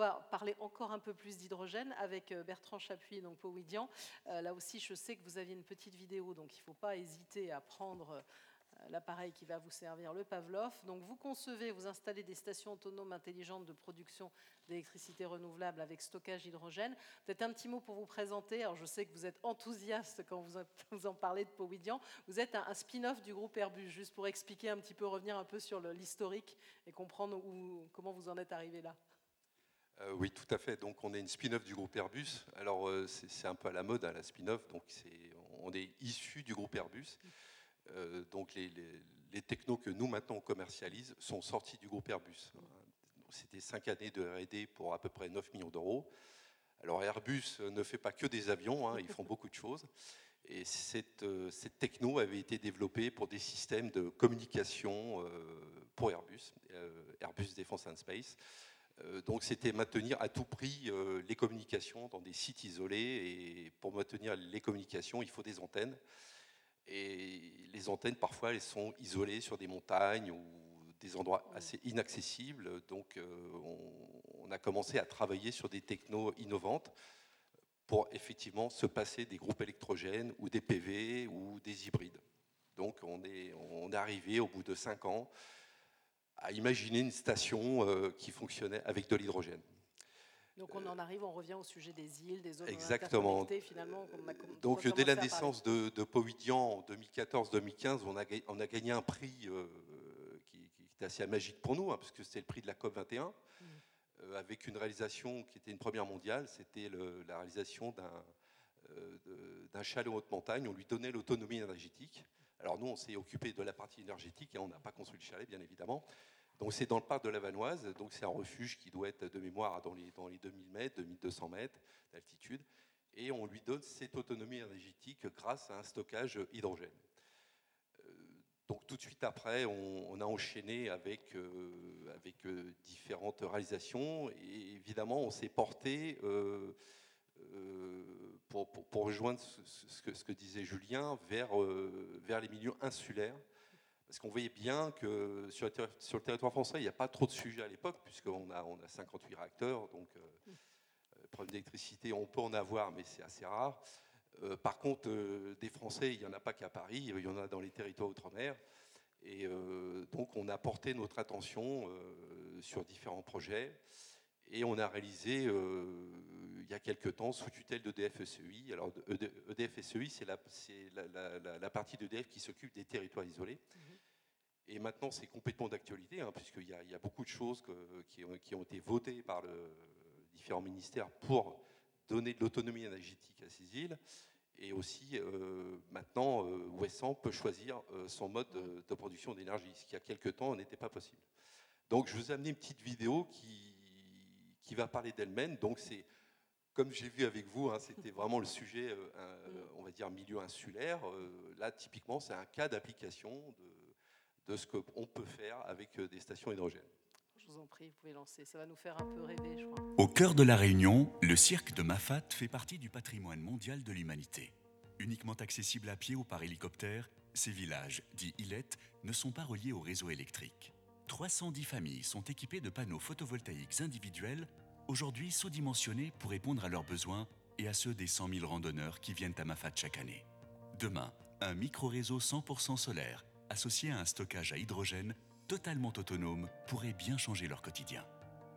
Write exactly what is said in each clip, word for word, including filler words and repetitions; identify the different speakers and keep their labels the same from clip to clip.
Speaker 1: va parler encore un peu plus d'hydrogène avec Bertrand Chapuis, donc Powidian. Euh, là aussi, je sais que vous aviez une petite vidéo, donc il ne faut pas hésiter à prendre l'appareil qui va vous servir, le Pavlov. Donc vous concevez, vous installez des stations autonomes intelligentes de production d'électricité renouvelable avec stockage d'hydrogène. Peut-être un petit mot pour vous présenter. Alors je sais que vous êtes enthousiaste quand vous, vous en parlez de Powidian. Vous êtes un, un spin-off du groupe Airbus, juste pour expliquer un petit peu, revenir un peu sur l'historique et comprendre où, comment vous en êtes arrivé là.
Speaker 2: Euh, oui, tout à fait. Donc, on est une spin-off du groupe Airbus. Alors, euh, c'est un peu à la mode, hein, la spin-off. Donc, est, on est issu du groupe Airbus. Euh, donc, les, les, les technos que nous, maintenant, on commercialise sont sortis du groupe Airbus. C'était cinq années de R et D pour à peu près neuf millions d'euros. Alors, Airbus ne fait pas que des avions, hein, ils font beaucoup de choses. Et cette, euh, cette techno avait été développée pour des systèmes de communication euh, pour Airbus, euh, Airbus Defence and Space. Donc c'était maintenir à tout prix euh, les communications dans des sites isolés, et pour maintenir les communications, il faut des antennes. Et les antennes, parfois, elles sont isolées sur des montagnes ou des endroits assez inaccessibles. Donc euh, on, on a commencé à travailler sur des technos innovantes pour effectivement se passer des groupes électrogènes ou des P V ou des hybrides. Donc on est, on est arrivé au bout de cinq ans à imaginer une station euh, qui fonctionnait avec de l'hydrogène.
Speaker 1: Donc on en arrive, on revient au sujet des îles, des zones
Speaker 2: Exactement.
Speaker 1: interconnectées finalement. On a, on
Speaker 2: Donc dès la naissance de, de Powidian en deux mille quatorze deux mille quinze, on a, on a gagné un prix euh, qui, qui était assez magique pour nous, hein, parce que c'était le prix de la COP vingt et un, mmh. euh, avec une réalisation qui était une première mondiale, c'était la réalisation d'un euh, d'un chalet en haute montagne. On lui donnait l'autonomie énergétique. Alors nous, on s'est occupé de la partie énergétique et on n'a pas construit le chalet, bien évidemment. Donc c'est dans le parc de la Vanoise, donc c'est un refuge qui doit être de mémoire dans les, dans les deux mille mètres, deux mille deux cents mètres d'altitude, et on lui donne cette autonomie énergétique grâce à un stockage hydrogène. Euh, donc tout de suite après, on, on a enchaîné avec, euh, avec euh, différentes réalisations, et évidemment on s'est porté euh, euh, pour, pour, pour rejoindre ce, ce, que, ce que disait Julien vers, euh, vers les milieux insulaires. Parce qu'on voyait bien que sur le, sur le territoire français, il n'y a pas trop de sujets à l'époque, puisqu'on a, on a cinquante-huit réacteurs, donc euh, problème d'électricité, on peut en avoir, mais c'est assez rare. Euh, par contre, euh, des Français, il n'y en a pas qu'à Paris, il y en a dans les territoires outre-mer. Et euh, donc, on a porté notre attention euh, sur différents projets. Et on a réalisé, euh, il y a quelques temps, sous tutelle d'E D F S E I. Alors, E D F S E I, c'est la, la, la, la partie d'E D F qui s'occupe des territoires isolés. Mmh. Et maintenant, c'est complètement d'actualité, hein, puisqu'il y, y a beaucoup de choses que, qui, ont, qui ont été votées par le, différents ministères pour donner de l'autonomie énergétique à ces îles. Et aussi, euh, maintenant, euh, Ouessant peut choisir euh, son mode de, de production d'énergie, ce qui, il y a quelques temps, n'était pas possible. Donc, je vous ai amené une petite vidéo qui, qui va parler d'elle-même. Donc, c'est, comme j'ai vu avec vous, hein, c'était vraiment le sujet, euh, un, on va dire, milieu insulaire. Euh, là, typiquement, c'est un cas d'application de, de ce qu'on peut faire avec des stations hydrogènes.
Speaker 1: Je vous en prie, vous pouvez lancer. Ça va nous faire un peu rêver, je crois.
Speaker 3: Au cœur de la Réunion, le cirque de Mafat fait partie du patrimoine mondial de l'humanité. Uniquement accessible à pied ou par hélicoptère, ces villages, dits ilettes, ne sont pas reliés au réseau électrique. trois cent dix familles sont équipées de panneaux photovoltaïques individuels, aujourd'hui sous-dimensionnés pour répondre à leurs besoins et à ceux des cent mille randonneurs qui viennent à Mafat chaque année. Demain, un micro-réseau cent pour cent solaire, associé à un stockage à hydrogène, totalement autonome, pourrait bien changer leur quotidien. Comment ?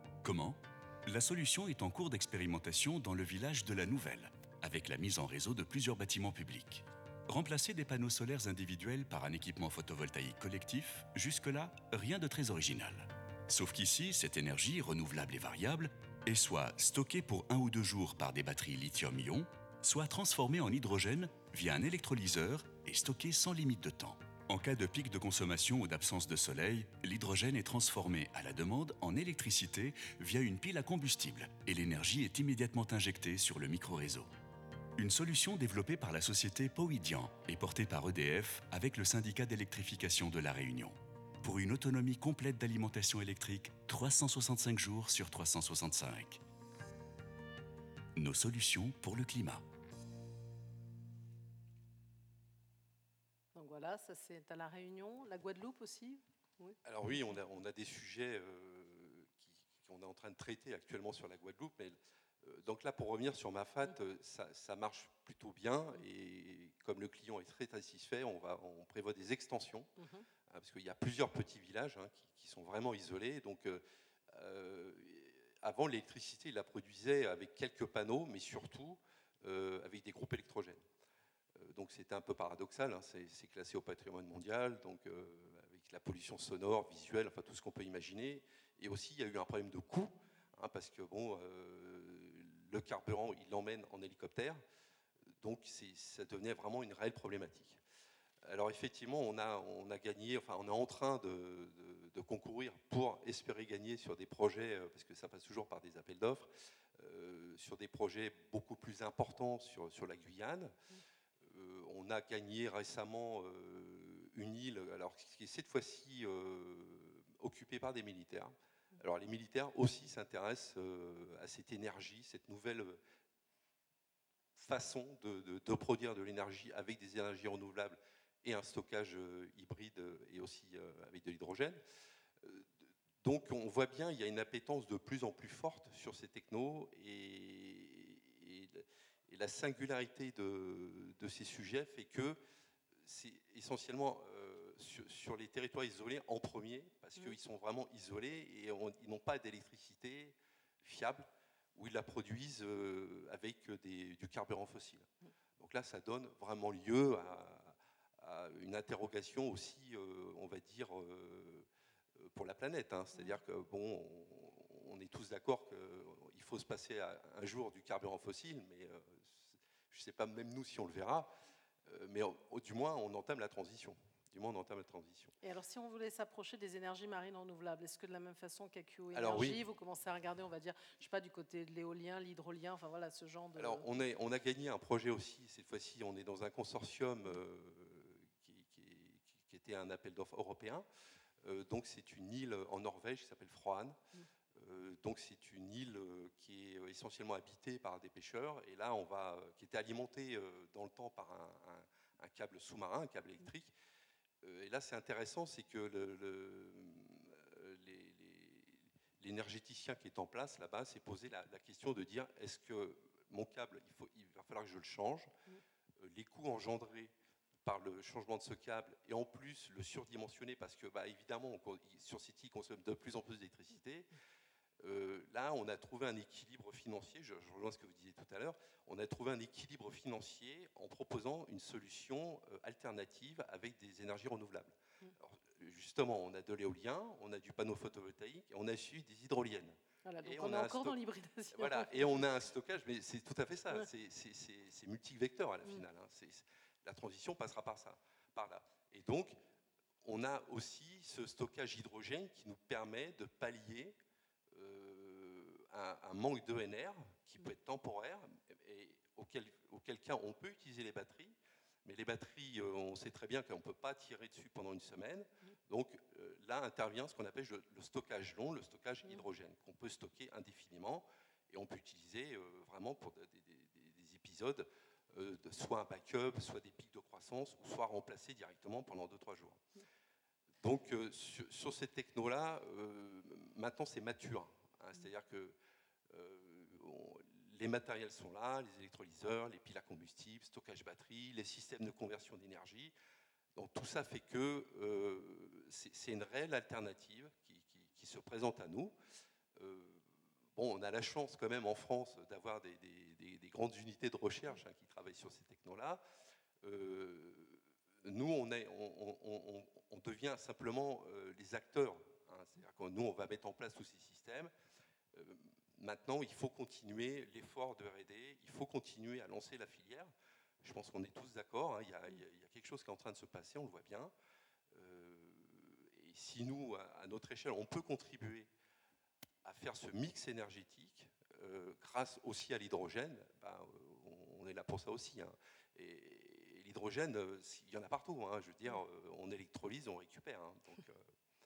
Speaker 3: La solution est en cours d'expérimentation dans le village de la Nouvelle, avec la mise en réseau de plusieurs bâtiments publics. Remplacer des panneaux solaires individuels par un équipement photovoltaïque collectif, jusque-là, rien de très original. Sauf qu'ici, cette énergie, renouvelable et variable, est soit stockée pour un ou deux jours par des batteries lithium-ion, soit transformée en hydrogène via un électrolyseur et stockée sans limite de temps. En cas de pic de consommation ou d'absence de soleil, l'hydrogène est transformé à la demande en électricité via une pile à combustible et l'énergie est immédiatement injectée sur le micro-réseau. Une solution développée par la société Powidian et portée par E D F avec le syndicat d'électrification de La Réunion. Pour une autonomie complète d'alimentation électrique, trois cent soixante-cinq jours sur trois cent soixante-cinq. Nos solutions pour le climat.
Speaker 1: Donc voilà, ça c'est à La Réunion, la Guadeloupe aussi.
Speaker 2: Oui. Alors oui, on a, on a des sujets euh, qui, qu'on est en train de traiter actuellement sur la Guadeloupe. Mais, euh, donc là, pour revenir sur Mafat, euh, ça, ça marche plutôt bien. Et comme le client est très satisfait, on, va, on prévoit des extensions. Mm-hmm. hein, parce qu'il y a plusieurs petits villages hein, qui, qui sont vraiment isolés. Donc, euh, euh, avant, l'électricité, il la produisait avec quelques panneaux, mais surtout euh, avec des groupes électrogènes. Euh, donc c'était un peu paradoxal, hein, c'est classé au patrimoine mondial, donc euh, avec la pollution sonore, visuelle, enfin tout ce qu'on peut imaginer. Et aussi, il y a eu un problème de coût, hein, parce que bon, euh, le carburant, il l'emmène en hélicoptère, donc ça devenait vraiment une réelle problématique. Alors effectivement, on a, on a gagné, enfin on est en train de, de, de concourir pour espérer gagner sur des projets, parce que ça passe toujours par des appels d'offres, euh, sur des projets beaucoup plus importants sur, sur la Guyane. Euh, on a gagné récemment euh, une île, alors qui est cette fois-ci euh, occupée par des militaires. Alors les militaires aussi s'intéressent euh, à cette énergie, cette nouvelle façon de, de, de produire de l'énergie avec des énergies renouvelables et un stockage euh, hybride et aussi euh, avec de l'hydrogène. Euh, donc on voit bien, il y a une appétence de plus en plus forte sur ces technos et, et, et la singularité de, de ces sujets fait que c'est essentiellement euh, sur, sur les territoires isolés en premier, parce mmh. qu'ils sont vraiment isolés et on, ils n'ont pas d'électricité fiable où ils la produisent euh, avec des, du carburant fossile. Donc là, ça donne vraiment lieu à, à une interrogation aussi, euh, on va dire, euh, pour la planète. Hein. C'est-à-dire que, bon, on, on est tous d'accord qu'il faut se passer à, un jour du carburant fossile, mais euh, je ne sais pas même nous si on le verra, euh, mais au, au, du moins, on entame la transition. Du moins, on entame la transition.
Speaker 1: Et alors, si on voulait s'approcher des énergies marines renouvelables, est-ce que de la même façon qu'A Q O
Speaker 2: Énergie,
Speaker 1: oui. vous commencez à regarder, on va dire, je ne sais pas, du côté de l'éolien, l'hydrolien, enfin voilà, ce genre de...
Speaker 2: Alors, on, est, on a gagné un projet aussi, cette fois-ci, on est dans un consortium euh, qui, qui, qui était un appel d'offres européen. Euh, donc, c'est une île en Norvège qui s'appelle Froan. Mm. Euh, donc, c'est une île euh, qui est essentiellement habitée par des pêcheurs, et là, on va, euh, qui était alimentée euh, dans le temps par un, un, un câble sous-marin, un câble électrique. Euh, et là, c'est intéressant, c'est que le, le, les, l'énergéticien qui est en place là-bas s'est posé la, la question de dire est-ce que mon câble, il, faut, il va falloir que je le change. Mm. Euh, les coûts engendrés par le changement de ce câble et en plus le surdimensionner parce que bah, évidemment on, sur City il consomme de plus en plus d'électricité. Euh, là on a trouvé un équilibre financier, je, je rejoins ce que vous disiez tout à l'heure, on a trouvé un équilibre financier en proposant une solution euh, alternative avec des énergies renouvelables. Alors, justement, on a de l'éolien, on a du panneau photovoltaïque et on a su des hydroliennes.
Speaker 1: Voilà, donc et on, on est encore dans l'hybridation.
Speaker 2: Voilà, et on a un stockage, mais c'est tout à fait ça, ouais. c'est multivecteur à la finale. Hein. C'est, la transition passera par ça, par là. Et donc, on a aussi ce stockage hydrogène qui nous permet de pallier euh, un, un manque d'E N R qui peut être temporaire et auquel, auquel cas on peut utiliser les batteries. Mais les batteries, on sait très bien qu'on ne peut pas tirer dessus pendant une semaine. Donc euh, là intervient ce qu'on appelle le, le stockage long, le stockage hydrogène, qu'on peut stocker indéfiniment et on peut utiliser euh, vraiment pour des, des, des, des épisodes, euh, de, soit un backup, soit des pics de croissance, ou soit remplacer directement pendant deux trois jours. Donc euh, sur, sur cette techno-là, euh, maintenant c'est mature. Hein, c'est-à-dire que euh, on, les matériels sont là, les électrolyseurs, les piles à combustible, stockage batterie, les systèmes de conversion d'énergie. Donc tout ça fait que euh, c'est une réelle alternative qui, qui, qui se présente à nous. Euh, bon, on a la chance quand même en France d'avoir des, des, des, des grandes unités de recherche hein, qui travaillent sur ces technos-là. Euh, nous, on, est, on, on, on devient simplement euh, les acteurs. Hein, c'est-à-dire que nous, on va mettre en place tous ces systèmes. Euh, Maintenant, il faut continuer l'effort de R et D, il faut continuer à lancer la filière. Je pense qu'on est tous d'accord, hein, il, il, il y a quelque chose qui est en train de se passer, on le voit bien. Euh, et si nous, à, à notre échelle, on peut contribuer à faire ce mix énergétique, euh, grâce aussi à l'hydrogène, ben, on, on est là pour ça aussi. Hein. Et, et l'hydrogène, il y en a partout. Hein, je veux dire, on électrolyse, on récupère. Hein, donc, euh,